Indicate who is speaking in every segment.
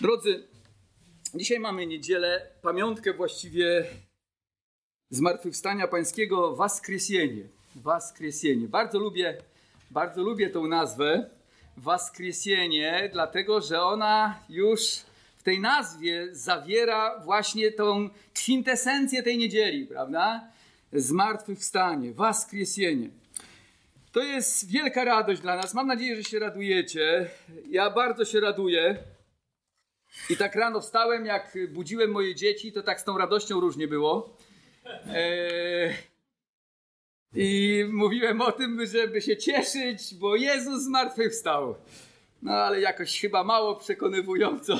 Speaker 1: Drodzy, dzisiaj mamy niedzielę, pamiątkę właściwie Zmartwychwstania Pańskiego, Воскресение. Воскресение. Bardzo lubię tą nazwę Воскресение, dlatego że ona już w tej nazwie zawiera właśnie tą kwintesencję tej niedzieli, prawda? Zmartwychwstanie, Воскресение. To jest wielka radość dla nas. Mam nadzieję, że się radujecie. Ja bardzo się raduję. I tak rano wstałem, jak budziłem moje dzieci, to tak z tą radością różnie było. I mówiłem o tym, żeby się cieszyć, bo Jezus zmartwychwstał. No ale jakoś chyba mało przekonywująco.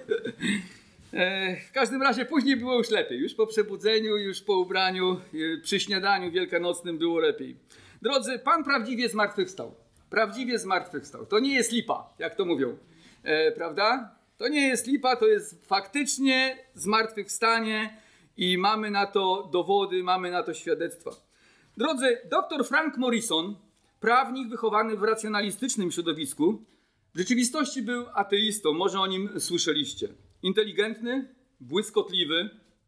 Speaker 1: W każdym razie później było już lepiej. Już po przebudzeniu, już po ubraniu, przy śniadaniu wielkanocnym było lepiej. Drodzy, Pan prawdziwie zmartwychwstał. Prawdziwie zmartwychwstał. To nie jest lipa, jak to mówią. Prawda? To nie jest lipa, to jest faktycznie zmartwychwstanie i mamy na to dowody, mamy na to świadectwa. Drodzy, dr Frank Morrison, prawnik wychowany w racjonalistycznym środowisku, w rzeczywistości był ateistą, może o nim słyszeliście. Inteligentny, błyskotliwy,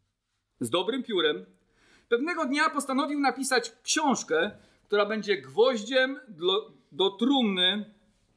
Speaker 1: z dobrym piórem. Pewnego dnia postanowił napisać książkę, która będzie gwoździem do trumny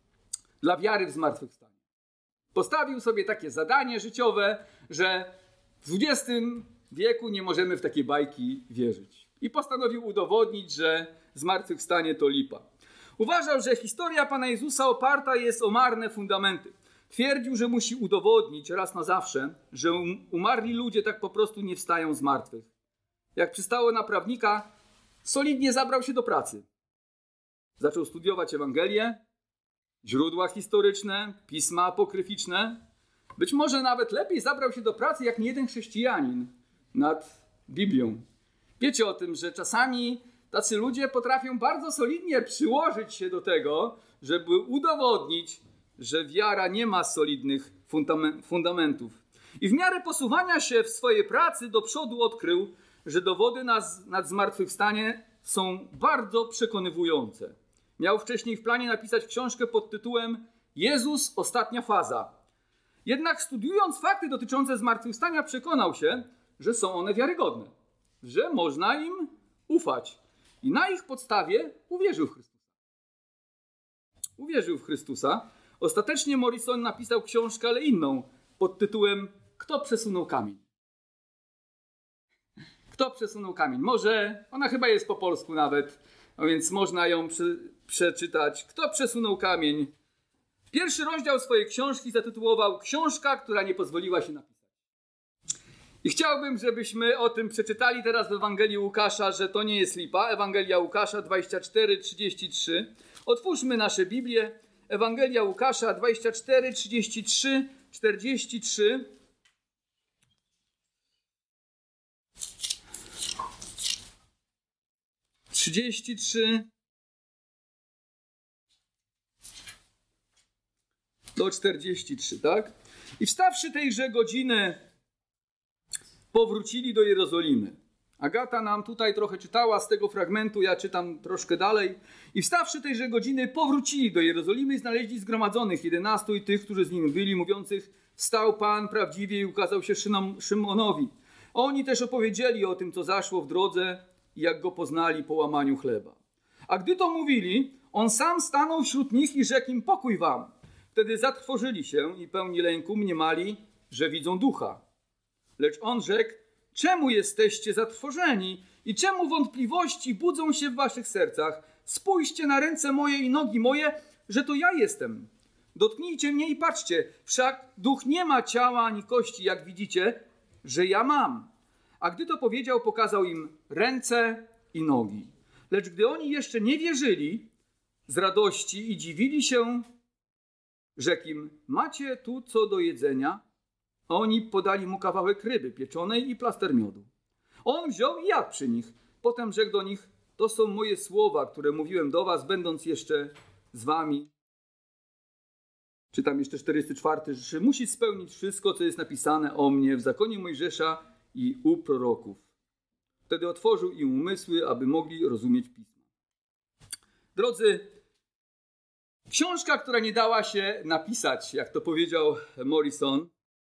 Speaker 1: dla wiary w zmartwychwstanie. Postawił sobie takie zadanie życiowe, że w XX wieku nie możemy w takie bajki wierzyć. I postanowił udowodnić, że zmartwychwstanie to lipa. Uważał, że historia Pana Jezusa oparta jest o marne fundamenty. Twierdził, że musi udowodnić raz na zawsze, że umarli ludzie tak po prostu nie wstają z martwych. Jak przystało na prawnika, solidnie zabrał się do pracy. Zaczął studiować Ewangelię, źródła historyczne, pisma apokryficzne. Być może nawet lepiej zabrał się do pracy jak niejeden chrześcijanin nad Biblią. Wiecie o tym, że czasami tacy ludzie potrafią bardzo solidnie przyłożyć się do tego, żeby udowodnić, że wiara nie ma solidnych fundamentów. I w miarę posuwania się w swojej pracy do przodu odkrył, że dowody na zmartwychwstanie są bardzo przekonywujące. Miał wcześniej w planie napisać książkę pod tytułem Jezus, ostatnia faza. Jednak studiując fakty dotyczące zmartwychwstania przekonał się, że są one wiarygodne, że można im ufać. I na ich podstawie uwierzył w Chrystusa. Uwierzył w Chrystusa. Ostatecznie Morrison napisał książkę, ale inną, pod tytułem Kto przesunął kamień? Kto przesunął kamień? Może, ona chyba jest po polsku nawet, a więc można ją przeczytać. Kto przesunął kamień? Pierwszy rozdział swojej książki zatytułował Książka, która nie pozwoliła się napisać. I chciałbym, żebyśmy o tym przeczytali teraz w Ewangelii Łukasza, że to nie jest lipa. Ewangelia Łukasza 24:33. Otwórzmy nasze Biblię. Ewangelia Łukasza 24:33, 43. Do 43, tak? I wstawszy tejże godziny powrócili do Jerozolimy. Agata nam tutaj trochę czytała z tego fragmentu, ja czytam troszkę dalej. I wstawszy tejże godziny powrócili do Jerozolimy i znaleźli zgromadzonych 11 i tych, którzy z nimi byli, mówiących wstał Pan prawdziwie i ukazał się Szymonowi. Oni też opowiedzieli o tym, co zaszło w drodze i jak go poznali po łamaniu chleba. A gdy to mówili, on sam stanął wśród nich i rzekł im pokój wam. Wtedy zatrwożyli się i pełni lęku mniemali, że widzą ducha. Lecz on rzekł, czemu jesteście zatrwożeni i czemu wątpliwości budzą się w waszych sercach? Spójrzcie na ręce moje i nogi moje, że to ja jestem. Dotknijcie mnie i patrzcie, wszak duch nie ma ciała ani kości, jak widzicie, że ja mam. A gdy to powiedział, pokazał im ręce i nogi. Lecz gdy oni jeszcze nie wierzyli z radości i dziwili się, rzekł im, macie tu co do jedzenia? A oni podali mu kawałek ryby pieczonej i plaster miodu. On wziął i jadł przy nich. Potem rzekł do nich, to są moje słowa, które mówiłem do was, będąc jeszcze z wami. Czytam jeszcze 44, że musi spełnić wszystko, co jest napisane o mnie w zakonie Mojżesza i u proroków. Wtedy otworzył im umysły, aby mogli rozumieć Pismo. Drodzy, książka, która nie dała się napisać, jak to powiedział Morrison,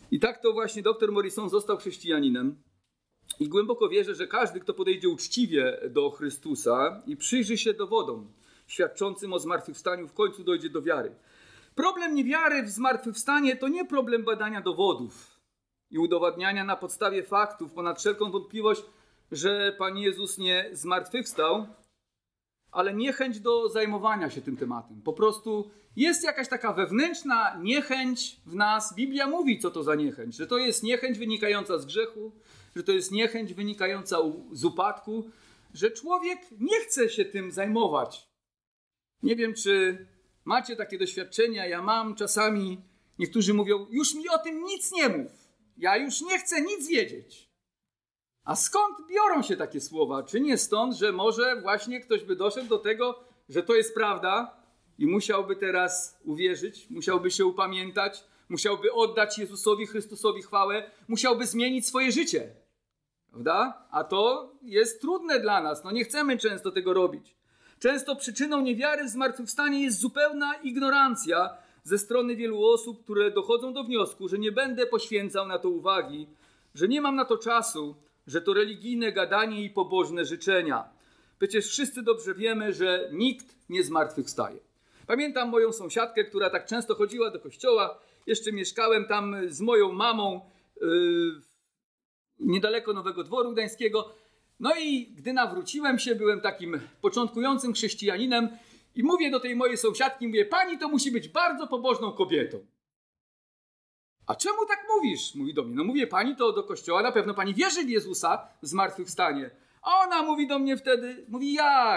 Speaker 1: I tak to właśnie dr Morrison został chrześcijaninem. I głęboko wierzę, że każdy, kto podejdzie uczciwie do Chrystusa i przyjrzy się dowodom świadczącym o zmartwychwstaniu, w końcu dojdzie do wiary. Problem niewiary w zmartwychwstanie to nie problem badania dowodów i udowadniania na podstawie faktów ponad wszelką wątpliwość, że Pan Jezus nie zmartwychwstał, ale niechęć do zajmowania się tym tematem. Po prostu jest jakaś taka wewnętrzna niechęć w nas. Biblia mówi, co to za niechęć. Że to jest niechęć wynikająca z grzechu, że to jest niechęć wynikająca z upadku, że człowiek nie chce się tym zajmować. Nie wiem, czy macie takie doświadczenia. Ja mam czasami, niektórzy mówią, już mi o tym nic nie mów. Ja już nie chcę nic wiedzieć. A skąd biorą się takie słowa? Czy nie stąd, że może właśnie ktoś by doszedł do tego, że to jest prawda i musiałby teraz uwierzyć, musiałby się upamiętać, musiałby oddać Jezusowi Chrystusowi chwałę, musiałby zmienić swoje życie. Prawda? A to jest trudne dla nas. Nie chcemy często tego robić. Często przyczyną niewiary w zmartwychwstanie jest zupełna ignorancja ze strony wielu osób, które dochodzą do wniosku, że nie będę poświęcał na to uwagi, że nie mam na to czasu, że to religijne gadanie i pobożne życzenia. Przecież wszyscy dobrze wiemy, że nikt nie zmartwychwstaje. Pamiętam moją sąsiadkę, która tak często chodziła do kościoła. Jeszcze mieszkałem tam z moją mamą niedaleko Nowego Dworu Gdańskiego. No i gdy nawróciłem się, byłem takim początkującym chrześcijaninem i mówię do tej mojej sąsiadki, mówię, pani to musi być bardzo pobożną kobietą. A czemu tak mówisz? Mówi do mnie. No mówię, pani to do kościoła, na pewno pani wierzy w Jezusa w zmartwychwstanie. A ona mówi do mnie wtedy, mówi,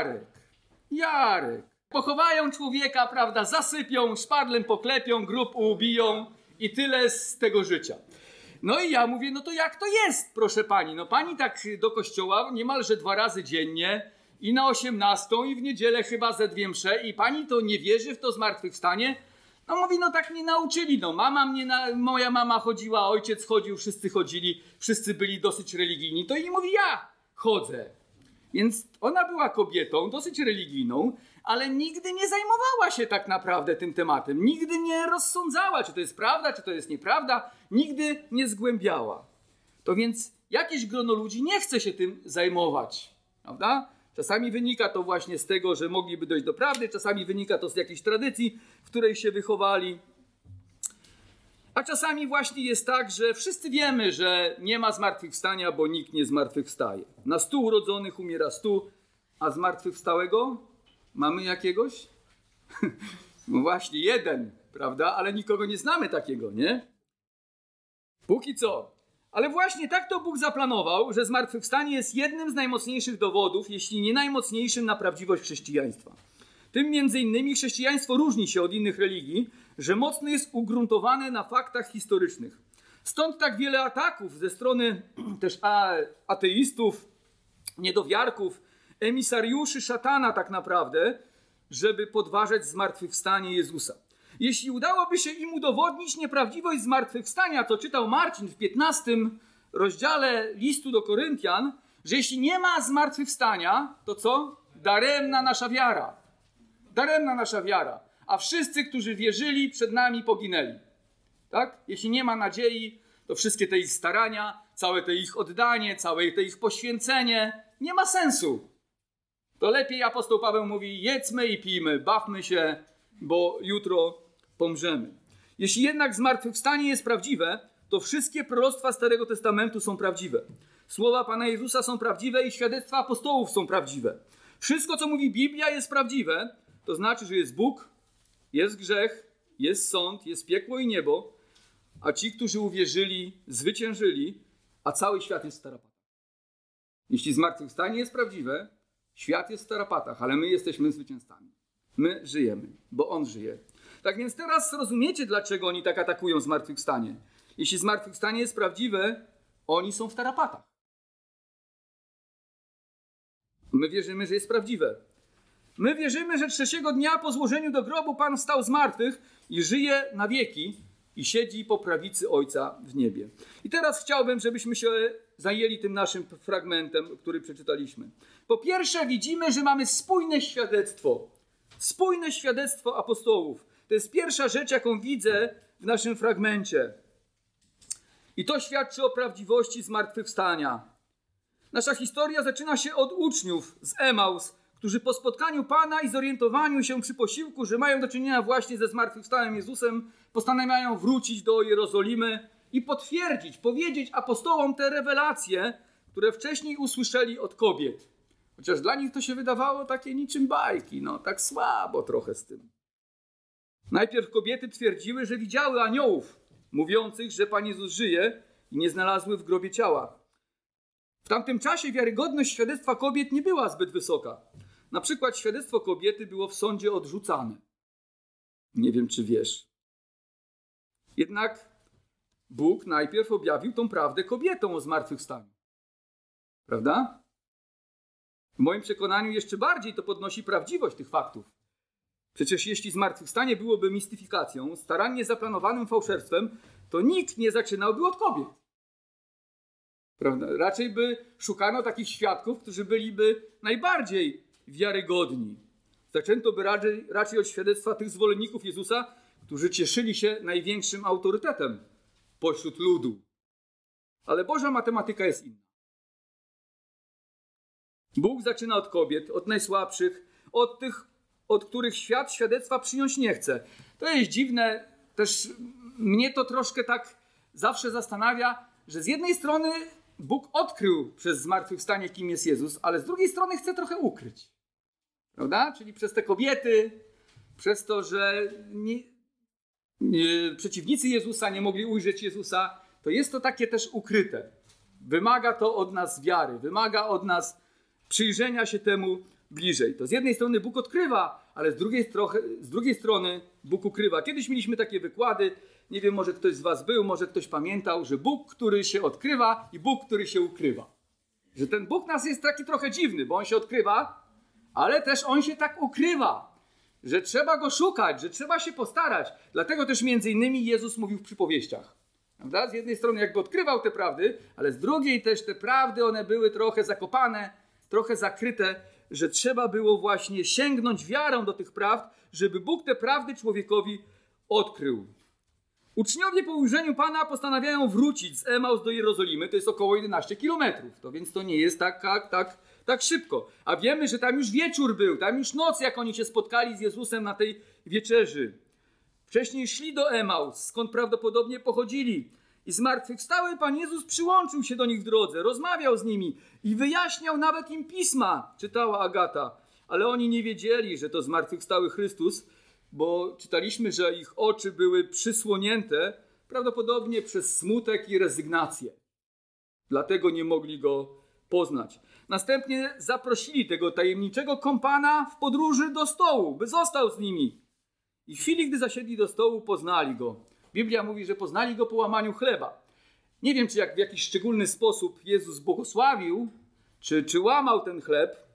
Speaker 1: Jarek, pochowają człowieka, prawda, zasypią, szpadlem poklepią, grób ubiją i tyle z tego życia. No i ja mówię, no to jak to jest, proszę pani? No pani tak do kościoła niemalże 2 razy dziennie i na 18 i w niedzielę chyba ze 2 msze i pani to nie wierzy w to zmartwychwstanie? No mówi, no tak mnie nauczyli, moja mama chodziła, ojciec chodził, wszyscy chodzili, wszyscy byli dosyć religijni, to i mówi, ja chodzę. Więc ona była kobietą dosyć religijną, ale nigdy nie zajmowała się tak naprawdę tym tematem, nigdy nie rozsądzała, czy to jest prawda, czy to jest nieprawda, nigdy nie zgłębiała. To więc jakieś grono ludzi nie chce się tym zajmować, prawda? Czasami wynika to właśnie z tego, że mogliby dojść do prawdy, czasami wynika to z jakiejś tradycji, w której się wychowali. A czasami właśnie jest tak, że wszyscy wiemy, że nie ma zmartwychwstania, bo nikt nie zmartwychwstaje. Na 100 urodzonych umiera 100, a zmartwychwstałego mamy jakiegoś? No właśnie, 1, prawda? Ale nikogo nie znamy takiego, nie? Póki co. Ale właśnie tak to Bóg zaplanował, że zmartwychwstanie jest jednym z najmocniejszych dowodów, jeśli nie najmocniejszym na prawdziwość chrześcijaństwa. Tym między innymi chrześcijaństwo różni się od innych religii, że mocno jest ugruntowane na faktach historycznych. Stąd tak wiele ataków ze strony też ateistów, niedowiarków, emisariuszy szatana tak naprawdę, żeby podważać zmartwychwstanie Jezusa. Jeśli udałoby się im udowodnić nieprawdziwość zmartwychwstania, to czytał Marcin w 15 rozdziale listu do Koryntian, że jeśli nie ma zmartwychwstania, to co? Daremna nasza wiara. Daremna nasza wiara. A wszyscy, którzy wierzyli, przed nami poginęli. Tak? Jeśli nie ma nadziei, to wszystkie te ich starania, całe te ich oddanie, całe te ich poświęcenie nie ma sensu. To lepiej apostoł Paweł mówi, jedzmy i pijmy, bawmy się, bo jutro pomrzemy. Jeśli jednak zmartwychwstanie jest prawdziwe, to wszystkie proroctwa Starego Testamentu są prawdziwe. Słowa Pana Jezusa są prawdziwe i świadectwa apostołów są prawdziwe. Wszystko, co mówi Biblia, jest prawdziwe. To znaczy, że jest Bóg, jest grzech, jest sąd, jest piekło i niebo, a ci, którzy uwierzyli, zwyciężyli, a cały świat jest w tarapatach. Jeśli zmartwychwstanie jest prawdziwe, świat jest w tarapatach, ale my jesteśmy zwycięzcami. My żyjemy, bo On żyje. Tak więc teraz rozumiecie, dlaczego oni tak atakują zmartwychwstanie. Jeśli zmartwychwstanie jest prawdziwe, oni są w tarapatach. My wierzymy, że jest prawdziwe. My wierzymy, że 3. dnia po złożeniu do grobu Pan wstał z martwych i żyje na wieki i siedzi po prawicy Ojca w niebie. I teraz chciałbym, żebyśmy się zajęli tym naszym fragmentem, który przeczytaliśmy. Po pierwsze widzimy, że mamy spójne świadectwo. Spójne świadectwo apostołów. To jest pierwsza rzecz, jaką widzę w naszym fragmencie. I to świadczy o prawdziwości zmartwychwstania. Nasza historia zaczyna się od uczniów z Emaus, którzy po spotkaniu Pana i zorientowaniu się przy posiłku, że mają do czynienia właśnie ze zmartwychwstałym Jezusem, postanawiają wrócić do Jerozolimy i potwierdzić, powiedzieć apostołom te rewelacje, które wcześniej usłyszeli od kobiet. Chociaż dla nich to się wydawało takie niczym bajki, tak słabo trochę z tym. Najpierw kobiety twierdziły, że widziały aniołów mówiących, że Pan Jezus żyje i nie znalazły w grobie ciała. W tamtym czasie wiarygodność świadectwa kobiet nie była zbyt wysoka. Na przykład świadectwo kobiety było w sądzie odrzucane. Nie wiem, czy wiesz. Jednak Bóg najpierw objawił tą prawdę kobietom o zmartwychwstaniu. Prawda? W moim przekonaniu jeszcze bardziej to podnosi prawdziwość tych faktów. Przecież jeśli zmartwychwstanie byłoby mistyfikacją, starannie zaplanowanym fałszerstwem, to nikt nie zaczynałby od kobiet. Prawda? Raczej by szukano takich świadków, którzy byliby najbardziej wiarygodni. Zaczęto by raczej od świadectwa tych zwolenników Jezusa, którzy cieszyli się największym autorytetem pośród ludu. Ale Boża matematyka jest inna. Bóg zaczyna od kobiet, od najsłabszych, od tych, od których świat świadectwa przyjąć nie chce. To jest dziwne, też mnie to troszkę tak zawsze zastanawia, że z jednej strony Bóg odkrył przez zmartwychwstanie, kim jest Jezus, ale z drugiej strony chce trochę ukryć. Prawda? Czyli przez te kobiety, przez to, że przeciwnicy Jezusa nie mogli ujrzeć Jezusa, to jest to takie też ukryte. Wymaga to od nas wiary, wymaga od nas przyjrzenia się temu bliżej. To z jednej strony Bóg odkrywa, ale z drugiej strony Bóg ukrywa. Kiedyś mieliśmy takie wykłady, nie wiem, może ktoś z was był, może ktoś pamiętał, że Bóg, który się odkrywa i Bóg, który się ukrywa. Że ten Bóg nas jest taki trochę dziwny, bo On się odkrywa, ale też On się tak ukrywa, że trzeba Go szukać, że trzeba się postarać. Dlatego też między innymi Jezus mówił w przypowieściach. Prawda? Z jednej strony jakby odkrywał te prawdy, ale z drugiej też te prawdy, one były trochę zakopane, trochę zakryte, że trzeba było właśnie sięgnąć wiarą do tych prawd, żeby Bóg te prawdy człowiekowi odkrył. Uczniowie po ujrzeniu Pana postanawiają wrócić z Emaus do Jerozolimy. To jest około 11 kilometrów. Więc to nie jest tak szybko. A wiemy, że tam już wieczór był, tam już noc, jak oni się spotkali z Jezusem na tej wieczerzy. Wcześniej szli do Emaus, skąd prawdopodobnie pochodzili. I zmartwychwstały Pan Jezus przyłączył się do nich w drodze, rozmawiał z nimi i wyjaśniał nawet im pisma, czytała Agata. Ale oni nie wiedzieli, że to zmartwychwstały Chrystus, bo czytaliśmy, że ich oczy były przysłonięte prawdopodobnie przez smutek i rezygnację. Dlatego nie mogli Go poznać. Następnie zaprosili tego tajemniczego kompana w podróży do stołu, by został z nimi. I w chwili, gdy zasiedli do stołu, poznali Go. Biblia mówi, że poznali Go po łamaniu chleba. Nie wiem, czy w jakiś szczególny sposób Jezus błogosławił, czy łamał ten chleb.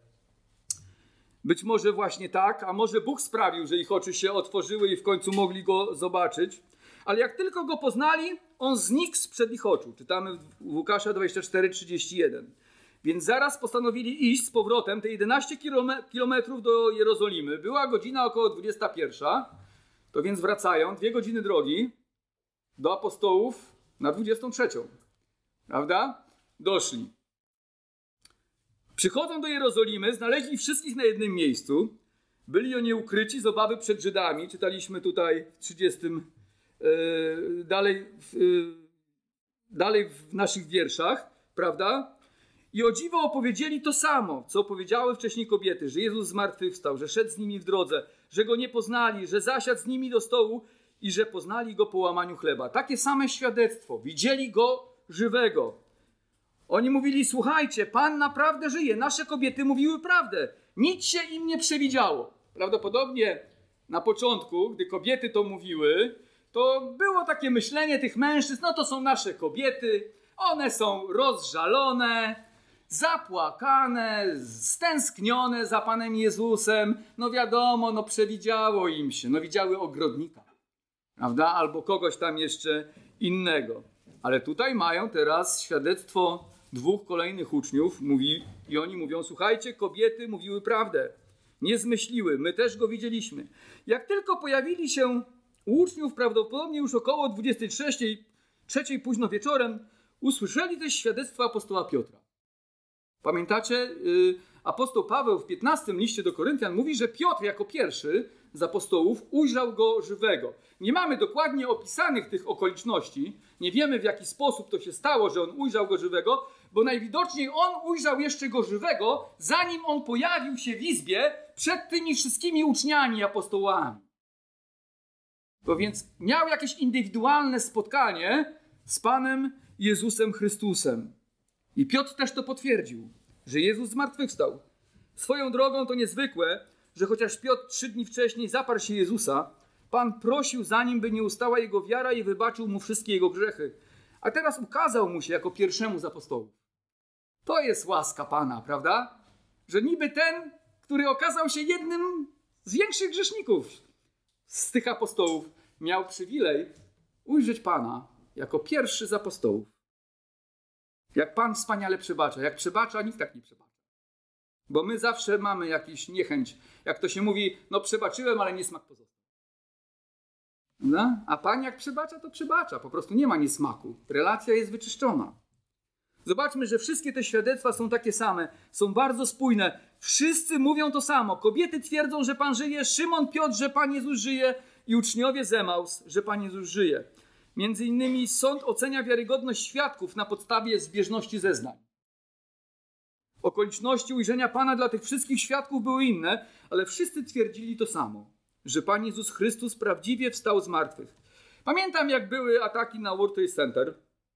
Speaker 1: Być może właśnie tak, a może Bóg sprawił, że ich oczy się otworzyły i w końcu mogli Go zobaczyć. Ale jak tylko Go poznali, On znikł sprzed ich oczu. Czytamy w Łukasza 24:31. Więc zaraz postanowili iść z powrotem te 11 kilometrów do Jerozolimy. Była godzina około 21. To więc wracają 2 godziny drogi do apostołów na 23. Prawda? Doszli. Przychodzą do Jerozolimy, znaleźli wszystkich na jednym miejscu. Byli oni ukryci z obawy przed Żydami. Czytaliśmy tutaj w 30. Dalej w naszych wierszach, prawda? I o dziwo opowiedzieli to samo, co powiedziały wcześniej kobiety, że Jezus zmartwychwstał, że szedł z nimi w drodze, że Go nie poznali, że zasiadł z nimi do stołu i że poznali Go po łamaniu chleba. Takie same świadectwo. Widzieli Go żywego. Oni mówili, słuchajcie, Pan naprawdę żyje. Nasze kobiety mówiły prawdę. Nic się im nie przewidziało. Prawdopodobnie na początku, gdy kobiety to mówiły, to było takie myślenie tych mężczyzn, no to są nasze kobiety, one są rozżalone, zapłakane, stęsknione za Panem Jezusem. No wiadomo, no przewidziało im się, no widziały ogrodnika, prawda? Albo kogoś tam jeszcze innego. Ale tutaj mają teraz świadectwo 2 kolejnych uczniów i oni mówią, słuchajcie, kobiety mówiły prawdę, nie zmyśliły, my też Go widzieliśmy. Jak tylko pojawili się u uczniów, prawdopodobnie już około 23, 3 późno wieczorem usłyszeli też świadectwo apostoła Piotra. Pamiętacie, apostoł Paweł w 15 liście do Koryntian mówi, że Piotr jako pierwszy z apostołów ujrzał go żywego. Nie mamy dokładnie opisanych tych okoliczności, nie wiemy w jaki sposób to się stało, że on ujrzał go żywego, bo najwidoczniej on ujrzał jeszcze go żywego, zanim on pojawił się w izbie przed tymi wszystkimi uczniami, apostołami. To więc miał jakieś indywidualne spotkanie z Panem Jezusem Chrystusem. I Piotr też to potwierdził, że Jezus zmartwychwstał. Swoją drogą to niezwykłe, że chociaż Piotr 3 dni wcześniej zaparł się Jezusa, Pan prosił za nim, by nie ustała jego wiara i wybaczył mu wszystkie jego grzechy. A teraz ukazał mu się jako pierwszemu z apostołów. To jest łaska Pana, prawda? Że niby ten, który okazał się jednym z większych grzeszników z tych apostołów, miał przywilej ujrzeć Pana jako pierwszy z apostołów. Jak Pan wspaniale przebacza. Jak przebacza, nikt tak nie przebacza. Bo my zawsze mamy jakąś niechęć. Jak to się mówi, no przebaczyłem, ale niesmak pozostał. No? A Pan jak przebacza, to przebacza. Po prostu nie ma niesmaku. Relacja jest wyczyszczona. Zobaczmy, że wszystkie te świadectwa są takie same. Są bardzo spójne. Wszyscy mówią to samo. Kobiety twierdzą, że Pan żyje. Szymon, Piotr, że Pan Jezus żyje. I uczniowie z Emaus, że Pan Jezus żyje. Między innymi sąd ocenia wiarygodność świadków na podstawie zbieżności zeznań. Okoliczności ujrzenia Pana dla tych wszystkich świadków były inne, ale wszyscy twierdzili to samo, że Pan Jezus Chrystus prawdziwie wstał z martwych. Pamiętam, jak były ataki na World Trade Center.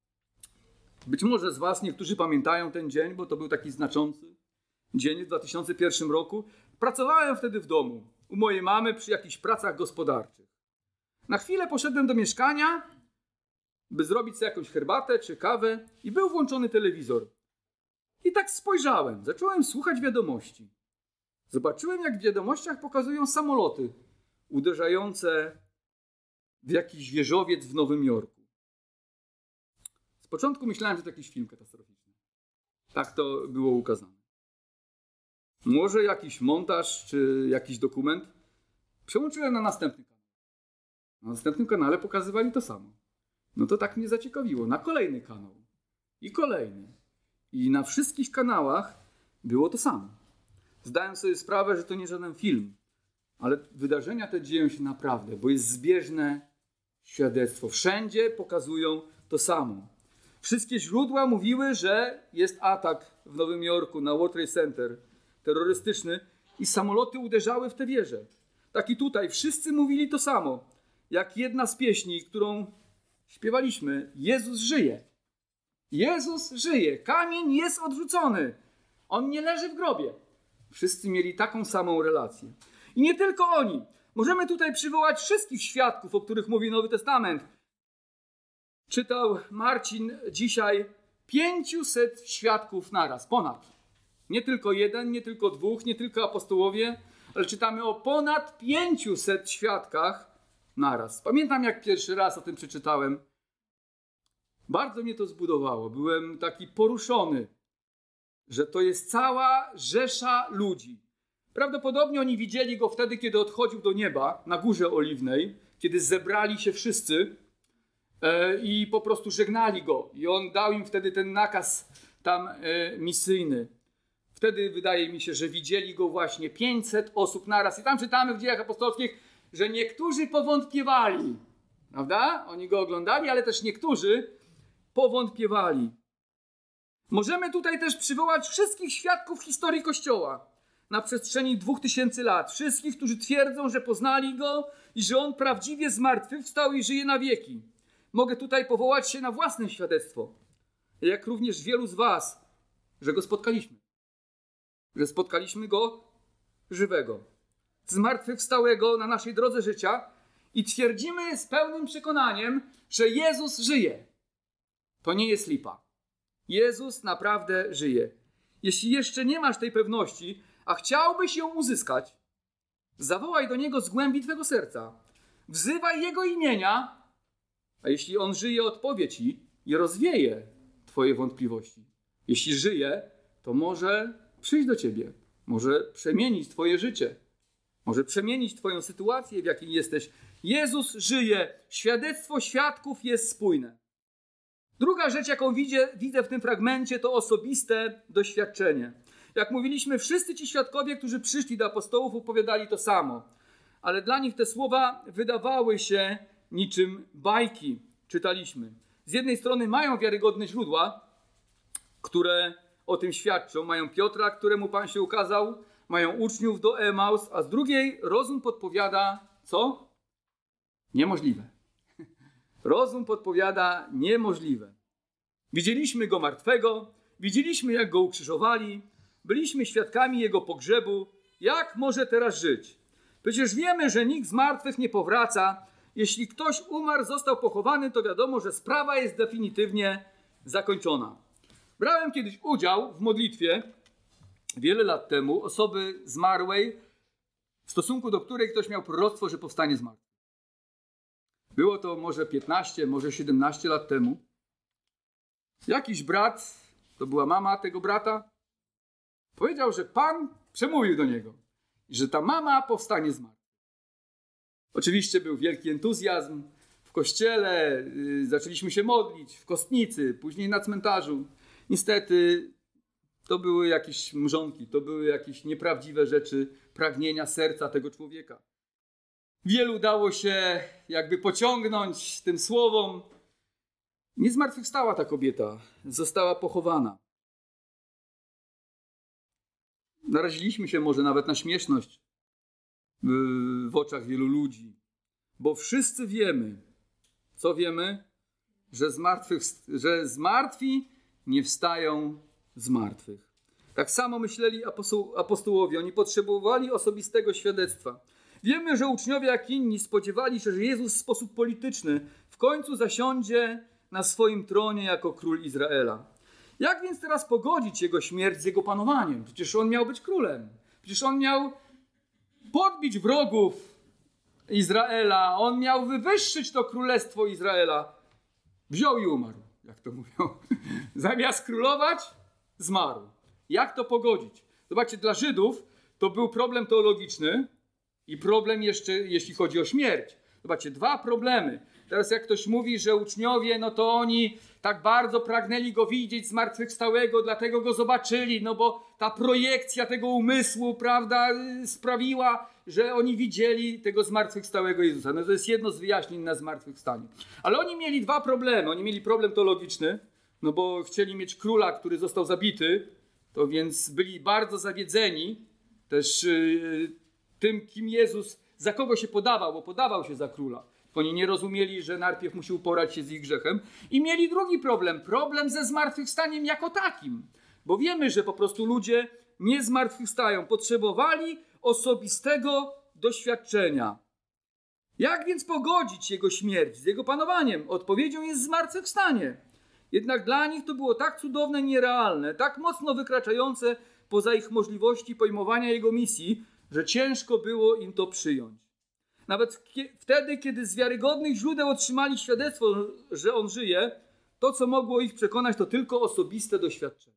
Speaker 1: Być może z was niektórzy pamiętają ten dzień, bo to był taki znaczący dzień w 2001 roku. Pracowałem wtedy w domu u mojej mamy przy jakichś pracach gospodarczych. Na chwilę poszedłem do mieszkania, by zrobić sobie jakąś herbatę czy kawę i był włączony telewizor. I tak spojrzałem, zacząłem słuchać wiadomości. Zobaczyłem, jak w wiadomościach pokazują samoloty uderzające w jakiś wieżowiec w Nowym Jorku. Z początku myślałem, że to jakiś film katastroficzny. Tak to było ukazane. Może jakiś montaż czy jakiś dokument. Przełączyłem na następny kanał. Na następnym kanale pokazywali to samo. No to tak mnie zaciekawiło. Na kolejny kanał. I kolejny. I na wszystkich kanałach było to samo. Zdałem sobie sprawę, że to nie żaden film. Ale wydarzenia te dzieją się naprawdę, bo jest zbieżne świadectwo. Wszędzie pokazują to samo. Wszystkie źródła mówiły, że jest atak w Nowym Jorku na World Trade Center terrorystyczny i samoloty uderzały w te wieże. Tak i tutaj wszyscy mówili to samo. Jak jedna z pieśni, którą śpiewaliśmy. Jezus żyje. Jezus żyje. Kamień jest odrzucony. On nie leży w grobie. Wszyscy mieli taką samą relację. I nie tylko oni. Możemy tutaj przywołać wszystkich świadków, o których mówi Nowy Testament. Czytał Marcin dzisiaj 500 świadków naraz. Ponad. Nie tylko jeden, nie tylko dwóch, nie tylko apostołowie, ale czytamy o ponad 500 świadkach naraz. Pamiętam, jak pierwszy raz o tym przeczytałem. Bardzo mnie to zbudowało. Byłem taki poruszony, że to jest cała rzesza ludzi. Prawdopodobnie oni widzieli go wtedy, kiedy odchodził do nieba na Górze Oliwnej, kiedy zebrali się wszyscy i po prostu żegnali go. I on dał im wtedy ten nakaz tam misyjny. Wtedy wydaje mi się, że widzieli go właśnie 500 osób naraz. I tam czytamy w Dziejach Apostolskich, że niektórzy powątpiewali. Prawda? Oni go oglądali, ale też niektórzy powątpiewali. Możemy tutaj też przywołać wszystkich świadków historii Kościoła na przestrzeni 2000 lat. Wszystkich, którzy twierdzą, że poznali go i że on prawdziwie zmartwychwstał i żyje na wieki. Mogę tutaj powołać się na własne świadectwo, jak również wielu z was, że go spotkaliśmy. Że spotkaliśmy go żywego, zmartwychwstałego na naszej drodze życia i twierdzimy z pełnym przekonaniem, że Jezus żyje. To nie jest lipa. Jezus naprawdę żyje. Jeśli jeszcze nie masz tej pewności, a chciałbyś ją uzyskać, zawołaj do Niego z głębi twego serca. Wzywaj Jego imienia, a jeśli On żyje, odpowie ci i rozwieje twoje wątpliwości. Jeśli żyje, to może przyjść do ciebie. Może przemienić twoje życie. Może przemienić twoją sytuację, w jakiej jesteś. Jezus żyje. Świadectwo świadków jest spójne. Druga rzecz, jaką widzę w tym fragmencie, to osobiste doświadczenie. Jak mówiliśmy, wszyscy ci świadkowie, którzy przyszli do apostołów, opowiadali to samo. Ale dla nich te słowa wydawały się niczym bajki, czytaliśmy. Z jednej strony mają wiarygodne źródła, które o tym świadczą. Mają Piotra, któremu Pan się ukazał, mają uczniów do Emaus, a z drugiej rozum podpowiada, co? Niemożliwe. Rozum podpowiada niemożliwe. Widzieliśmy go martwego, widzieliśmy, jak go ukrzyżowali, byliśmy świadkami jego pogrzebu. Jak może teraz żyć? Przecież wiemy, że nikt z martwych nie powraca. Jeśli ktoś umarł, został pochowany, to wiadomo, że sprawa jest definitywnie zakończona. Brałem kiedyś udział w modlitwie wiele lat temu osoby zmarłej, w stosunku do której ktoś miał proroctwo, że powstanie z martwych. Było to może 15, może 17 lat temu. Jakiś brat, to była mama tego brata, powiedział, że Pan przemówił do niego i że ta mama powstanie z martwych. Oczywiście był wielki entuzjazm w kościele, zaczęliśmy się modlić w Kostnicy, później na cmentarzu. Niestety to były jakieś mrzonki, to były jakieś nieprawdziwe rzeczy, pragnienia serca tego człowieka. Wielu dało się jakby pociągnąć tym słowom. Nie zmartwychwstała ta kobieta, została pochowana. Naraziliśmy się może nawet na śmieszność w oczach wielu ludzi, bo wszyscy wiemy, co wiemy? Że zmartwi nie wstają z martwych. Tak samo myśleli apostołowie. Oni potrzebowali osobistego świadectwa. Wiemy, że uczniowie jak inni spodziewali się, że Jezus w sposób polityczny w końcu zasiądzie na swoim tronie jako król Izraela. Jak więc teraz pogodzić jego śmierć z jego panowaniem? Przecież on miał być królem. Przecież on miał podbić wrogów Izraela. On miał wywyższyć to królestwo Izraela. Wziął i umarł, jak to mówią. Zamiast królować, zmarł. Jak to pogodzić? Zobaczcie, dla Żydów to był problem teologiczny i problem jeszcze, jeśli chodzi o śmierć. Zobaczcie, dwa problemy. Teraz jak ktoś mówi, że uczniowie, no to oni tak bardzo pragnęli go widzieć zmartwychwstałego, dlatego go zobaczyli, no bo ta projekcja tego umysłu, prawda, sprawiła, że oni widzieli tego zmartwychwstałego Jezusa. No to jest jedno z wyjaśnień na zmartwychwstanie. Ale oni mieli dwa problemy. Oni mieli problem teologiczny, no bo chcieli mieć króla, który został zabity, to więc byli bardzo zawiedzeni też tym, kim Jezus, za kogo się podawał, bo podawał się za króla. Oni nie rozumieli, że najpierw musi uporać się z ich grzechem. I mieli drugi problem ze zmartwychwstaniem jako takim. Bo wiemy, że po prostu ludzie nie zmartwychwstają. Potrzebowali osobistego doświadczenia. Jak więc pogodzić jego śmierć z jego panowaniem? Odpowiedzią jest zmartwychwstanie. Jednak dla nich to było tak cudowne, nierealne, tak mocno wykraczające poza ich możliwości pojmowania jego misji, że ciężko było im to przyjąć. Nawet wtedy, kiedy z wiarygodnych źródeł otrzymali świadectwo, że on żyje, to, co mogło ich przekonać, to tylko osobiste doświadczenie.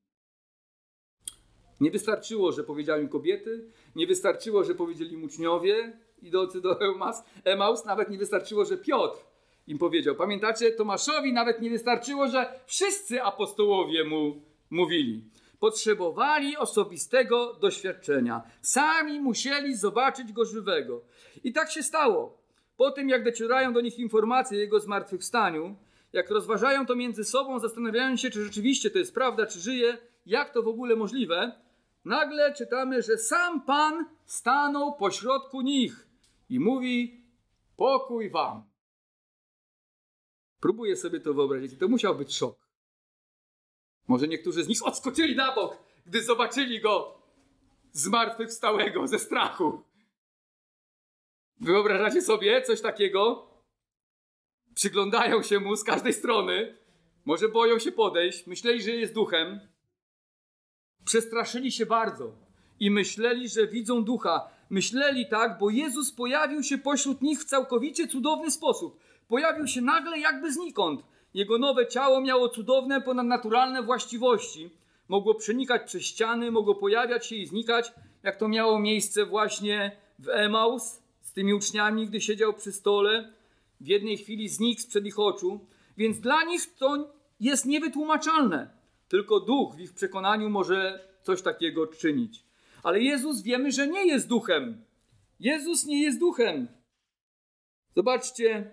Speaker 1: Nie wystarczyło, że powiedziały im kobiety, nie wystarczyło, że powiedzieli im uczniowie idący do Emaus, nawet nie wystarczyło, że Piotr im powiedział. Pamiętacie, Tomaszowi nawet nie wystarczyło, że wszyscy apostołowie mu mówili. Potrzebowali osobistego doświadczenia. Sami musieli zobaczyć go żywego. I tak się stało. Po tym, jak docierają do nich informacje o jego zmartwychwstaniu, jak rozważają to między sobą, zastanawiając się, czy rzeczywiście to jest prawda, czy żyje, jak to w ogóle możliwe, nagle czytamy, że sam Pan stanął pośrodku nich i mówi: pokój wam. Próbuję sobie to wyobrazić. To musiał być szok. Może niektórzy z nich odskoczyli na bok, gdy zobaczyli go zmartwychwstałego ze strachu. Wyobrażacie sobie coś takiego? Przyglądają się mu z każdej strony. Może boją się podejść. Myśleli, że jest duchem. Przestraszyli się bardzo i myśleli, że widzą ducha. Myśleli tak, bo Jezus pojawił się pośród nich w całkowicie cudowny sposób. Pojawił się nagle jakby znikąd. Jego nowe ciało miało cudowne, ponadnaturalne właściwości. Mogło przenikać przez ściany, mogło pojawiać się i znikać, jak to miało miejsce właśnie w Emaus z tymi uczniami, gdy siedział przy stole. W jednej chwili znikł sprzed ich oczu. Więc dla nich to jest niewytłumaczalne. Tylko duch w ich przekonaniu może coś takiego czynić. Ale Jezus wiemy, że nie jest duchem. Jezus nie jest duchem. Zobaczcie,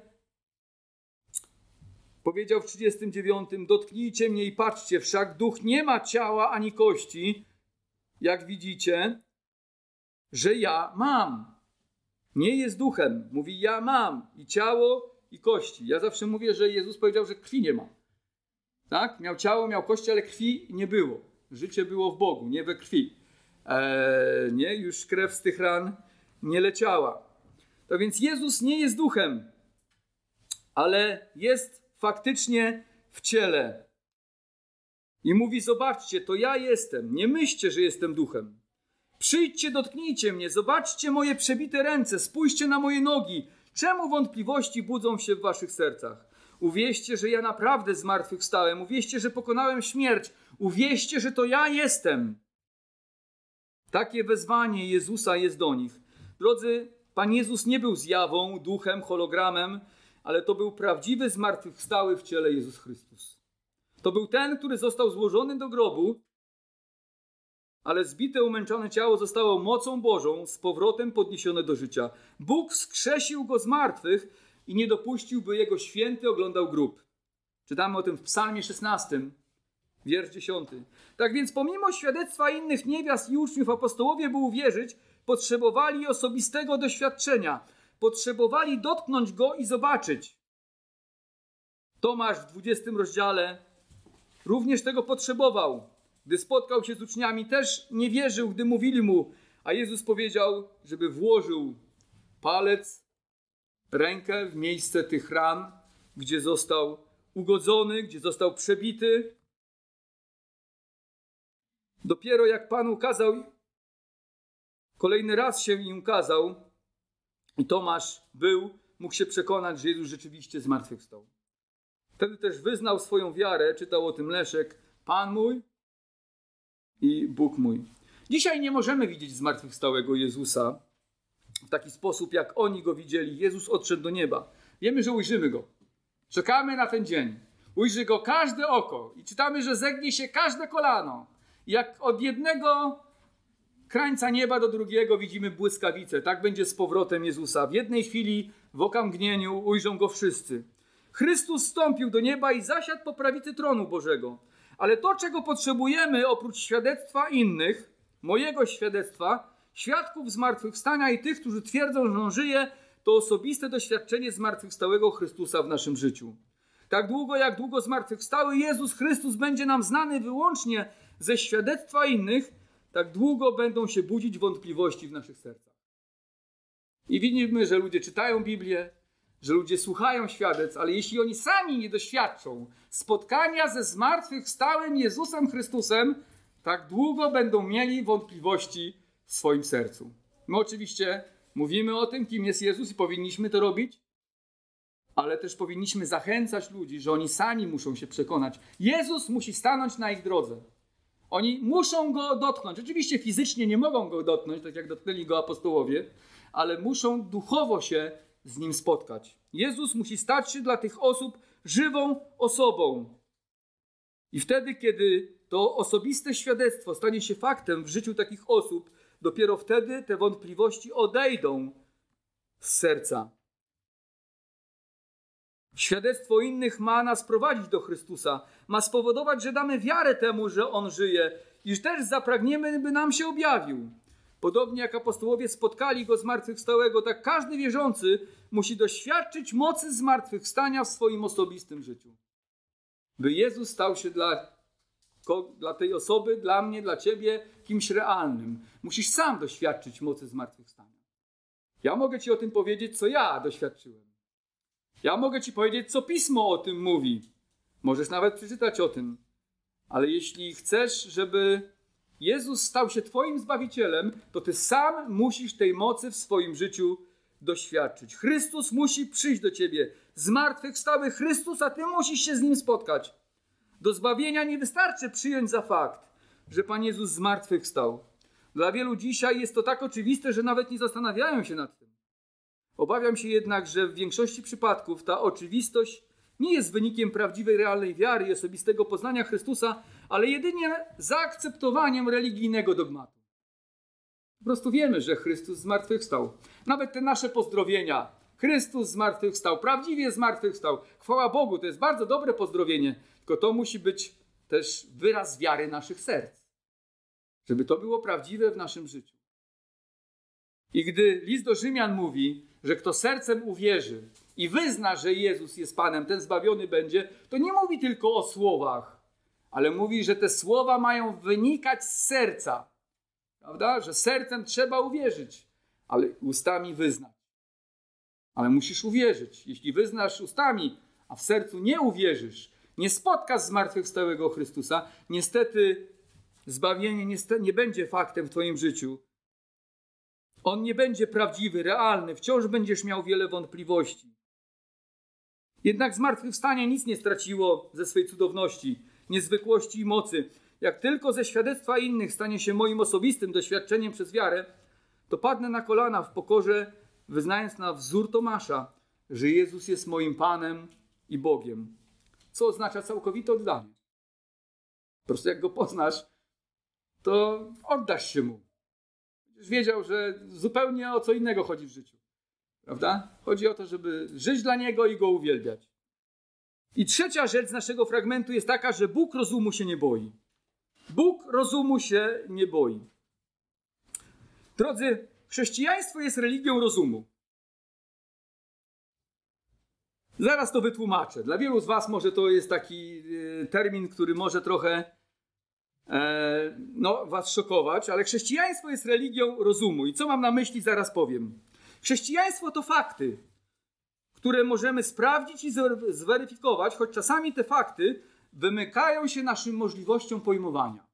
Speaker 1: powiedział w 39: dotknijcie mnie i patrzcie, wszak duch nie ma ciała ani kości, jak widzicie, że ja mam. Nie jest duchem. Mówi, ja mam i ciało, i kości. Ja zawsze mówię, że Jezus powiedział, że krwi nie ma. Tak? Miał ciało, miał kości, ale krwi nie było. Życie było w Bogu, nie we krwi. Nie, już krew z tych ran nie leciała. To więc Jezus nie jest duchem, ale jest faktycznie w ciele. I mówi, zobaczcie, to ja jestem. Nie myślcie, że jestem duchem. Przyjdźcie, dotknijcie mnie, zobaczcie moje przebite ręce, spójrzcie na moje nogi. Czemu wątpliwości budzą się w waszych sercach? Uwierzcie, że ja naprawdę zmartwychwstałem. Uwierzcie, że pokonałem śmierć. Uwierzcie, że to ja jestem. Takie wezwanie Jezusa jest do nich. Drodzy, Pan Jezus nie był zjawą, duchem, hologramem, ale to był prawdziwy zmartwychwstały w ciele Jezus Chrystus. To był ten, który został złożony do grobu, ale zbite, umęczone ciało zostało mocą Bożą z powrotem podniesione do życia. Bóg wskrzesił go z martwych i nie dopuścił, by jego święty oglądał grób. Czytamy o tym w Psalmie 16, wiersz 10. Tak więc pomimo świadectwa innych niewiast i uczniów apostołowie, by uwierzyć, potrzebowali osobistego doświadczenia. Potrzebowali dotknąć go i zobaczyć. Tomasz w 20 rozdziale również tego potrzebował. Gdy spotkał się z uczniami, też nie wierzył, gdy mówili mu, a Jezus powiedział, żeby włożył palec, rękę w miejsce tych ran, gdzie został ugodzony, gdzie został przebity. Dopiero jak Pan ukazał, kolejny raz się im ukazał i Tomasz mógł się przekonać, że Jezus rzeczywiście zmartwychwstał. Wtedy też wyznał swoją wiarę, czytał o tym Leszek, Pan mój i Bóg mój. Dzisiaj nie możemy widzieć zmartwychwstałego Jezusa w taki sposób, jak oni go widzieli. Jezus odszedł do nieba. Wiemy, że ujrzymy go. Czekamy na ten dzień. Ujrzy go każde oko i czytamy, że zegnie się każde kolano. Jak od jednego krańca nieba do drugiego widzimy błyskawicę. Tak będzie z powrotem Jezusa. W jednej chwili, w okamgnieniu ujrzą go wszyscy. Chrystus wstąpił do nieba i zasiadł po prawicy tronu Bożego. Ale to, czego potrzebujemy oprócz świadectwa innych, mojego świadectwa, świadków zmartwychwstania i tych, którzy twierdzą, że on żyje, to osobiste doświadczenie zmartwychwstałego Chrystusa w naszym życiu. Tak długo, jak długo zmartwychwstały Jezus Chrystus będzie nam znany wyłącznie ze świadectwa innych, tak długo będą się budzić wątpliwości w naszych sercach. I widzimy, że ludzie czytają Biblię, że ludzie słuchają świadectw, ale jeśli oni sami nie doświadczą spotkania ze zmartwychwstałym Jezusem Chrystusem, tak długo będą mieli wątpliwości w swoim sercu. My oczywiście mówimy o tym, kim jest Jezus i powinniśmy to robić, ale też powinniśmy zachęcać ludzi, że oni sami muszą się przekonać. Jezus musi stanąć na ich drodze. Oni muszą go dotknąć. Oczywiście fizycznie nie mogą go dotknąć, tak jak dotknęli go apostołowie, ale muszą duchowo się z nim spotkać. Jezus musi stać się dla tych osób żywą osobą. I wtedy, kiedy to osobiste świadectwo stanie się faktem w życiu takich osób, dopiero wtedy te wątpliwości odejdą z serca. Świadectwo innych ma nas prowadzić do Chrystusa. Ma spowodować, że damy wiarę temu, że On żyje i też zapragniemy, by nam się objawił. Podobnie jak apostołowie spotkali Go zmartwychwstałego, tak każdy wierzący musi doświadczyć mocy zmartwychwstania w swoim osobistym życiu. By Jezus stał się dla tej osoby, dla mnie, dla ciebie kimś realnym. Musisz sam doświadczyć mocy zmartwychwstania. Ja mogę ci o tym powiedzieć, co ja doświadczyłem. Ja mogę ci powiedzieć, co Pismo o tym mówi. Możesz nawet przeczytać o tym. Ale jeśli chcesz, żeby Jezus stał się twoim Zbawicielem, to ty sam musisz tej mocy w swoim życiu doświadczyć. Chrystus musi przyjść do ciebie. Zmartwychwstały Chrystus, a ty musisz się z Nim spotkać. Do zbawienia nie wystarczy przyjąć za fakt, że Pan Jezus zmartwychwstał. Dla wielu dzisiaj jest to tak oczywiste, że nawet nie zastanawiają się nad tym. Obawiam się jednak, że w większości przypadków ta oczywistość nie jest wynikiem prawdziwej, realnej wiary i osobistego poznania Chrystusa, ale jedynie zaakceptowaniem religijnego dogmatu. Po prostu wiemy, że Chrystus zmartwychwstał. Nawet te nasze pozdrowienia. Chrystus zmartwychwstał, prawdziwie zmartwychwstał. Chwała Bogu, to jest bardzo dobre pozdrowienie, tylko to musi być też wyraz wiary naszych serc. Żeby to było prawdziwe w naszym życiu. I gdy list do Rzymian mówi, że kto sercem uwierzy i wyzna, że Jezus jest Panem, ten zbawiony będzie, to nie mówi tylko o słowach, ale mówi, że te słowa mają wynikać z serca. Prawda? Że sercem trzeba uwierzyć, ale ustami wyznać. Ale musisz uwierzyć. Jeśli wyznasz ustami, a w sercu nie uwierzysz, nie spotkasz zmartwychwstałego Chrystusa, niestety zbawienie nie będzie faktem w twoim życiu. On nie będzie prawdziwy, realny. Wciąż będziesz miał wiele wątpliwości. Jednak zmartwychwstanie nic nie straciło ze swej cudowności, niezwykłości i mocy. Jak tylko ze świadectwa innych stanie się moim osobistym doświadczeniem przez wiarę, to padnę na kolana w pokorze, wyznając na wzór Tomasza, że Jezus jest moim Panem i Bogiem. Co oznacza całkowite oddanie. Po prostu jak Go poznasz, to oddasz się Mu. Będziesz wiedział, że zupełnie o co innego chodzi w życiu. Prawda? Chodzi o to, żeby żyć dla Niego i Go uwielbiać. I trzecia rzecz z naszego fragmentu jest taka, że Bóg rozumu się nie boi. Bóg rozumu się nie boi. Drodzy, chrześcijaństwo jest religią rozumu. Zaraz to wytłumaczę. Dla wielu z was może to jest taki termin, który może trochę was szokować, ale chrześcijaństwo jest religią rozumu. I co mam na myśli, zaraz powiem. Chrześcijaństwo to fakty, które możemy sprawdzić i zweryfikować, choć czasami te fakty wymykają się naszym możliwościom pojmowania.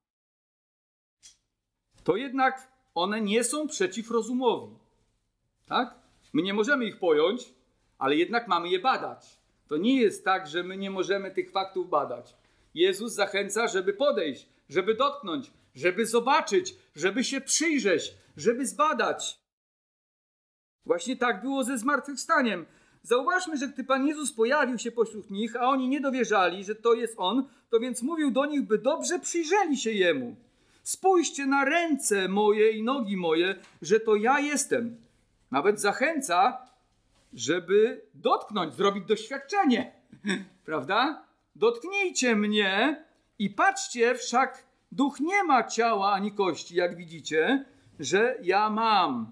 Speaker 1: To jednak one nie są przeciw rozumowi. Tak? My nie możemy ich pojąć, ale jednak mamy je badać. To nie jest tak, że my nie możemy tych faktów badać. Jezus zachęca, żeby podejść, żeby dotknąć, żeby zobaczyć, żeby się przyjrzeć, żeby zbadać. Właśnie tak było ze zmartwychwstaniem. Zauważmy, że gdy Pan Jezus pojawił się pośród nich, a oni nie dowierzali, że to jest On, to więc mówił do nich, by dobrze przyjrzeli się Jemu. Spójrzcie na ręce moje i nogi moje, że to ja jestem. Nawet zachęca, żeby dotknąć, zrobić doświadczenie. Prawda? Dotknijcie mnie i patrzcie, wszak duch nie ma ciała ani kości, jak widzicie, że ja mam.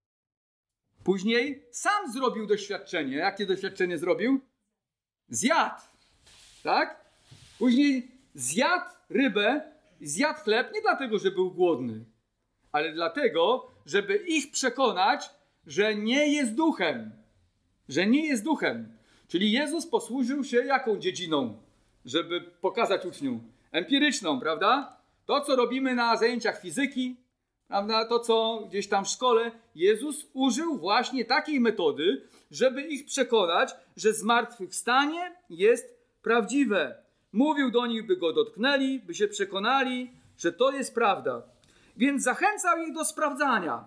Speaker 1: Później sam zrobił doświadczenie. Jakie doświadczenie zrobił? Zjadł. Tak? Później zjadł rybę, zjadł chleb nie dlatego, że był głodny, ale dlatego, żeby ich przekonać, że nie jest duchem. Że nie jest duchem. Czyli Jezus posłużył się jaką dziedziną, żeby pokazać uczniom? Empiryczną, prawda? To, co robimy na zajęciach fizyki, prawda? To, co gdzieś tam w szkole, Jezus użył właśnie takiej metody, żeby ich przekonać, że zmartwychwstanie jest prawdziwe. Mówił do nich, by Go dotknęli, by się przekonali, że to jest prawda. Więc zachęcał ich do sprawdzania,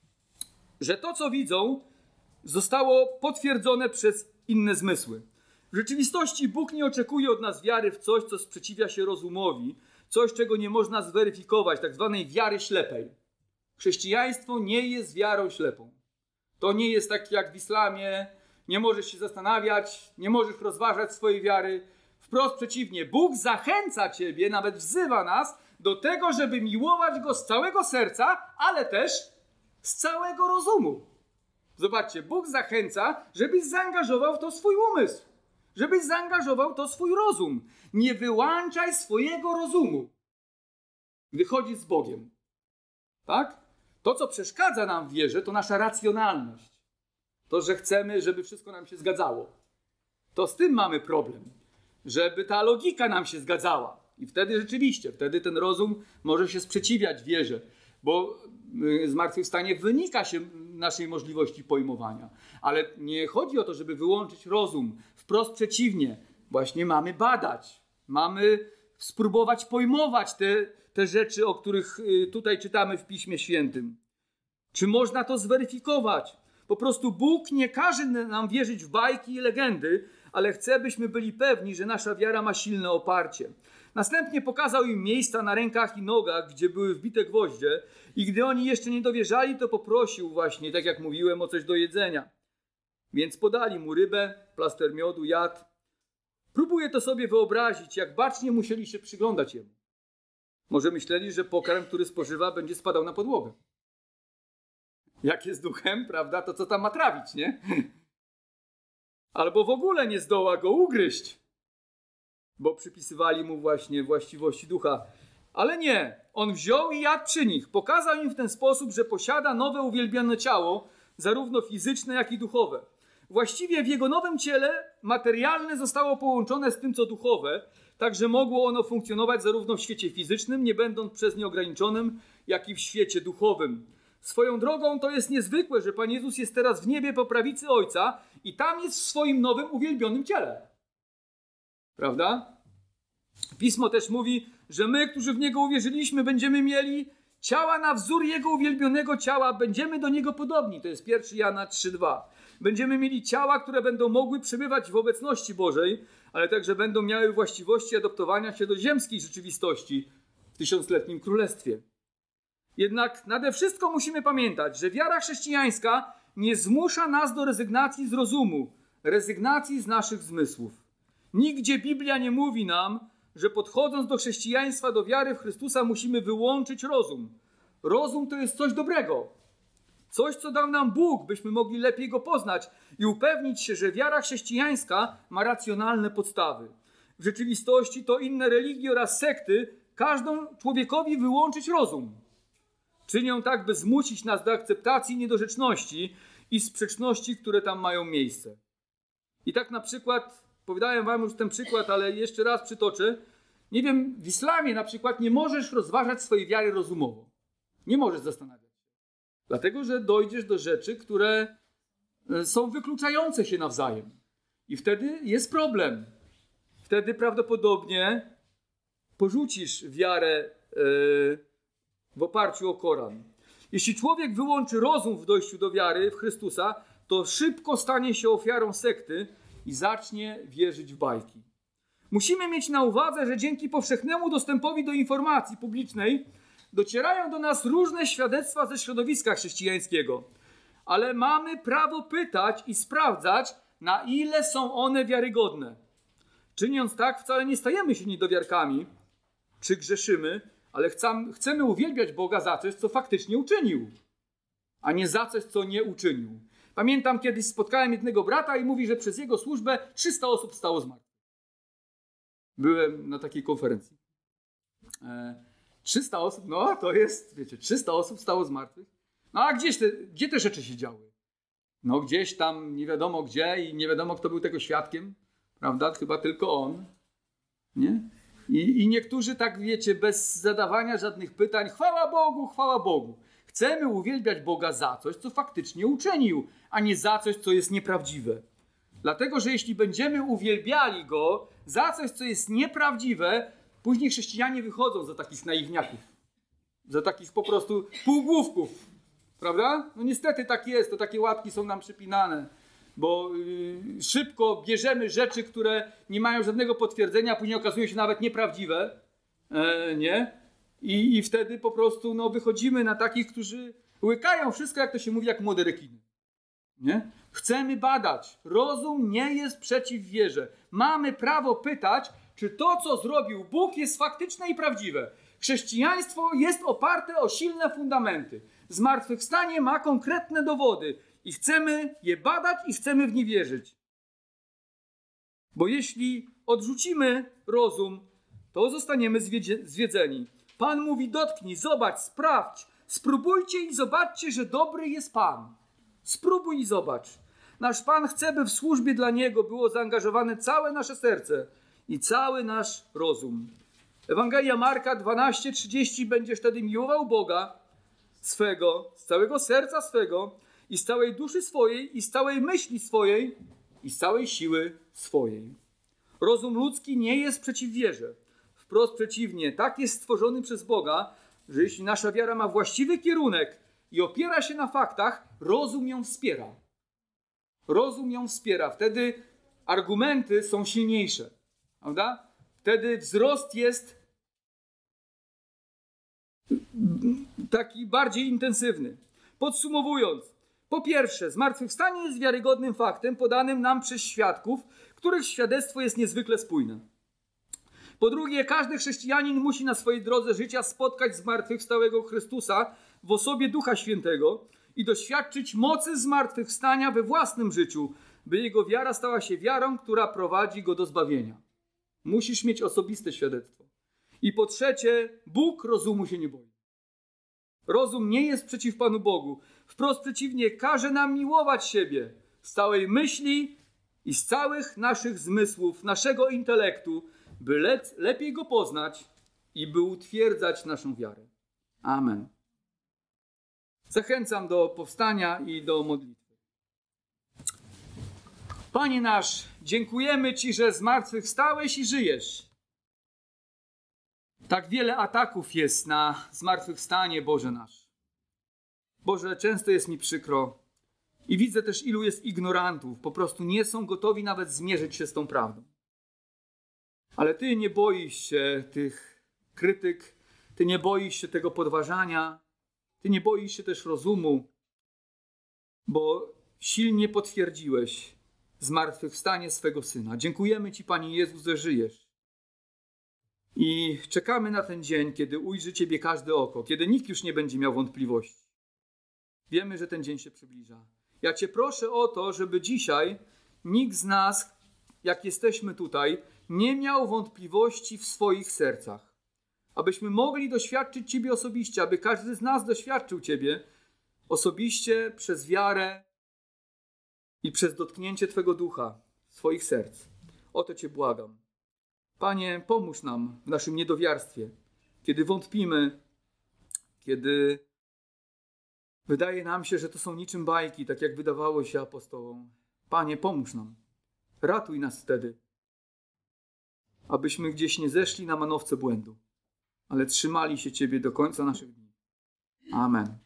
Speaker 1: że to, co widzą, zostało potwierdzone przez inne zmysły. W rzeczywistości Bóg nie oczekuje od nas wiary w coś, co sprzeciwia się rozumowi, coś, czego nie można zweryfikować, tak zwanej wiary ślepej. Chrześcijaństwo nie jest wiarą ślepą. To nie jest tak jak w islamie, nie możesz się zastanawiać, nie możesz rozważać swojej wiary. Wprost przeciwnie, Bóg zachęca ciebie, nawet wzywa nas do tego, żeby miłować Go z całego serca, ale też z całego rozumu. Zobaczcie, Bóg zachęca, żebyś zaangażował w to swój umysł, żebyś zaangażował w to swój rozum. Nie wyłączaj swojego rozumu, gdy chodzisz z Bogiem. Tak? To, co przeszkadza nam w wierze, to nasza racjonalność. To, że chcemy, żeby wszystko nam się zgadzało. To z tym mamy problem. Żeby ta logika nam się zgadzała. I wtedy rzeczywiście, wtedy ten rozum może się sprzeciwiać wierze. Bo zmartwychwstanie wynika się naszej możliwości pojmowania. Ale nie chodzi o to, żeby wyłączyć rozum. Wprost przeciwnie. Właśnie mamy badać. Mamy spróbować pojmować te rzeczy, o których tutaj czytamy w Piśmie Świętym. Czy można to zweryfikować? Po prostu Bóg nie każe nam wierzyć w bajki i legendy, ale chce, byśmy byli pewni, że nasza wiara ma silne oparcie. Następnie pokazał im miejsca na rękach i nogach, gdzie były wbite gwoździe i gdy oni jeszcze nie dowierzali, to poprosił właśnie, tak jak mówiłem, o coś do jedzenia. Więc podali mu rybę, plaster miodu, jadł. Próbuję to sobie wyobrazić, jak bacznie musieli się przyglądać jemu. Może myśleli, że pokarm, który spożywa, będzie spadał na podłogę. Jak jest duchem, prawda, to co tam ma trawić, nie? Albo w ogóle nie zdoła go ugryźć, bo przypisywali mu właśnie właściwości ducha. Ale nie, on wziął i jadł przy nich. Pokazał im w ten sposób, że posiada nowe uwielbione ciało, zarówno fizyczne, jak i duchowe. Właściwie w jego nowym ciele materialne zostało połączone z tym, co duchowe, tak że mogło ono funkcjonować zarówno w świecie fizycznym, nie będąc przez nie ograniczonym, jak i w świecie duchowym. Swoją drogą to jest niezwykłe, że Pan Jezus jest teraz w niebie po prawicy Ojca i tam jest w swoim nowym uwielbionym ciele. Prawda? Pismo też mówi, że my, którzy w Niego uwierzyliśmy, będziemy mieli ciała na wzór Jego uwielbionego ciała, będziemy do Niego podobni. To jest 1 Jana 3,2. Będziemy mieli ciała, które będą mogły przebywać w obecności Bożej, ale także będą miały właściwości adaptowania się do ziemskiej rzeczywistości w tysiącletnim królestwie. Jednak nade wszystko musimy pamiętać, że wiara chrześcijańska nie zmusza nas do rezygnacji z rozumu, rezygnacji z naszych zmysłów. Nigdzie Biblia nie mówi nam, że podchodząc do chrześcijaństwa, do wiary w Chrystusa musimy wyłączyć rozum. Rozum to jest coś dobrego. Coś, co dał nam Bóg, byśmy mogli lepiej Go poznać i upewnić się, że wiara chrześcijańska ma racjonalne podstawy. W rzeczywistości to inne religie oraz sekty każą człowiekowi wyłączyć rozum. Czynią tak, by zmusić nas do akceptacji niedorzeczności i sprzeczności, które tam mają miejsce. I tak na przykład, powiedziałem wam już ten przykład, ale jeszcze raz przytoczę. Nie wiem, w islamie na przykład nie możesz rozważać swojej wiary rozumowo. Nie możesz zastanawiać się. Dlatego, że dojdziesz do rzeczy, które są wykluczające się nawzajem. I wtedy jest problem. Wtedy prawdopodobnie porzucisz wiarę w oparciu o Koran. Jeśli człowiek wyłączy rozum w dojściu do wiary w Chrystusa, to szybko stanie się ofiarą sekty i zacznie wierzyć w bajki. Musimy mieć na uwadze, że dzięki powszechnemu dostępowi do informacji publicznej docierają do nas różne świadectwa ze środowiska chrześcijańskiego. Ale mamy prawo pytać i sprawdzać, na ile są one wiarygodne. Czyniąc tak, wcale nie stajemy się niedowiarkami, czy grzeszymy, ale chcemy uwielbiać Boga za coś, co faktycznie uczynił, a nie za coś, co nie uczynił. Pamiętam, kiedyś spotkałem jednego brata i mówi, że przez jego służbę 300 osób wstało z martwych. Byłem na takiej konferencji. 300 osób, no to jest, wiecie, 300 osób wstało z martwych. No a gdzie te rzeczy się działy? No gdzieś tam, nie wiadomo gdzie i nie wiadomo, kto był tego świadkiem, prawda? Chyba tylko on, nie? I niektórzy tak, wiecie, bez zadawania żadnych pytań, chwała Bogu, chwała Bogu. Chcemy uwielbiać Boga za coś, co faktycznie uczynił, a nie za coś, co jest nieprawdziwe. Dlatego, że jeśli będziemy uwielbiali Go za coś, co jest nieprawdziwe, później chrześcijanie wychodzą za takich naiwniaków. Za takich po prostu półgłówków. Prawda? No niestety tak jest, to takie łatki są nam przypinane. Bo szybko bierzemy rzeczy, które nie mają żadnego potwierdzenia, a później okazują się nawet nieprawdziwe. Nie? I wtedy po prostu no, wychodzimy na takich, którzy łykają wszystko, jak to się mówi, jak młode rekiny. Nie? Chcemy badać. Rozum nie jest przeciw wierze. Mamy prawo pytać, czy to, co zrobił Bóg, jest faktyczne i prawdziwe. Chrześcijaństwo jest oparte o silne fundamenty. Zmartwychwstanie ma konkretne dowody i chcemy je badać i chcemy w nie wierzyć. Bo jeśli odrzucimy rozum, to zostaniemy zwiedzeni. Pan mówi: dotknij, zobacz, sprawdź, spróbujcie i zobaczcie, że dobry jest Pan. Spróbuj i zobacz. Nasz Pan chce, by w służbie dla Niego było zaangażowane całe nasze serce i cały nasz rozum. Ewangelia Marka 12:30: będziesz wtedy miłował Boga swego, z całego serca swego i z całej duszy swojej i z całej myśli swojej i z całej siły swojej. Rozum ludzki nie jest przeciw wierze. Wprost przeciwnie, tak jest stworzony przez Boga, że jeśli nasza wiara ma właściwy kierunek i opiera się na faktach, rozum ją wspiera. Rozum ją wspiera. Wtedy argumenty są silniejsze. Prawda? Wtedy wzrost jest taki bardziej intensywny. Podsumowując, po pierwsze, zmartwychwstanie jest wiarygodnym faktem podanym nam przez świadków, których świadectwo jest niezwykle spójne. Po drugie, każdy chrześcijanin musi na swojej drodze życia spotkać zmartwychwstałego Chrystusa w osobie Ducha Świętego i doświadczyć mocy zmartwychwstania we własnym życiu, by jego wiara stała się wiarą, która prowadzi go do zbawienia. Musisz mieć osobiste świadectwo. I po trzecie, Bóg rozumu się nie boi. Rozum nie jest przeciw Panu Bogu. Wprost przeciwnie, każe nam miłować siebie z całej myśli i z całych naszych zmysłów, naszego intelektu, by lepiej Go poznać i by utwierdzać naszą wiarę. Amen. Zachęcam do powstania i do modlitwy. Panie nasz, dziękujemy Ci, że zmartwychwstałeś i żyjesz. Tak wiele ataków jest na zmartwychwstanie, Boże nasz. Boże, często jest mi przykro i widzę też, ilu jest ignorantów. Po prostu nie są gotowi nawet zmierzyć się z tą prawdą. Ale Ty nie boisz się tych krytyk, Ty nie boisz się tego podważania, Ty nie boisz się też rozumu, bo silnie potwierdziłeś zmartwychwstanie swego Syna. Dziękujemy Ci, Panie Jezus, że żyjesz. I czekamy na ten dzień, kiedy ujrzy Ciebie każde oko, kiedy nikt już nie będzie miał wątpliwości. Wiemy, że ten dzień się przybliża. Ja Cię proszę o to, żeby dzisiaj nikt z nas, jak jesteśmy tutaj, nie miał wątpliwości w swoich sercach. Abyśmy mogli doświadczyć Ciebie osobiście, aby każdy z nas doświadczył Ciebie osobiście przez wiarę i przez dotknięcie Twego ducha, swoich serc. O to Cię błagam. Panie, pomóż nam w naszym niedowiarstwie, kiedy wątpimy, kiedy wydaje nam się, że to są niczym bajki, tak jak wydawało się apostołom. Panie, pomóż nam. Ratuj nas wtedy, abyśmy gdzieś nie zeszli na manowce błędu, ale trzymali się Ciebie do końca naszych dni. Amen.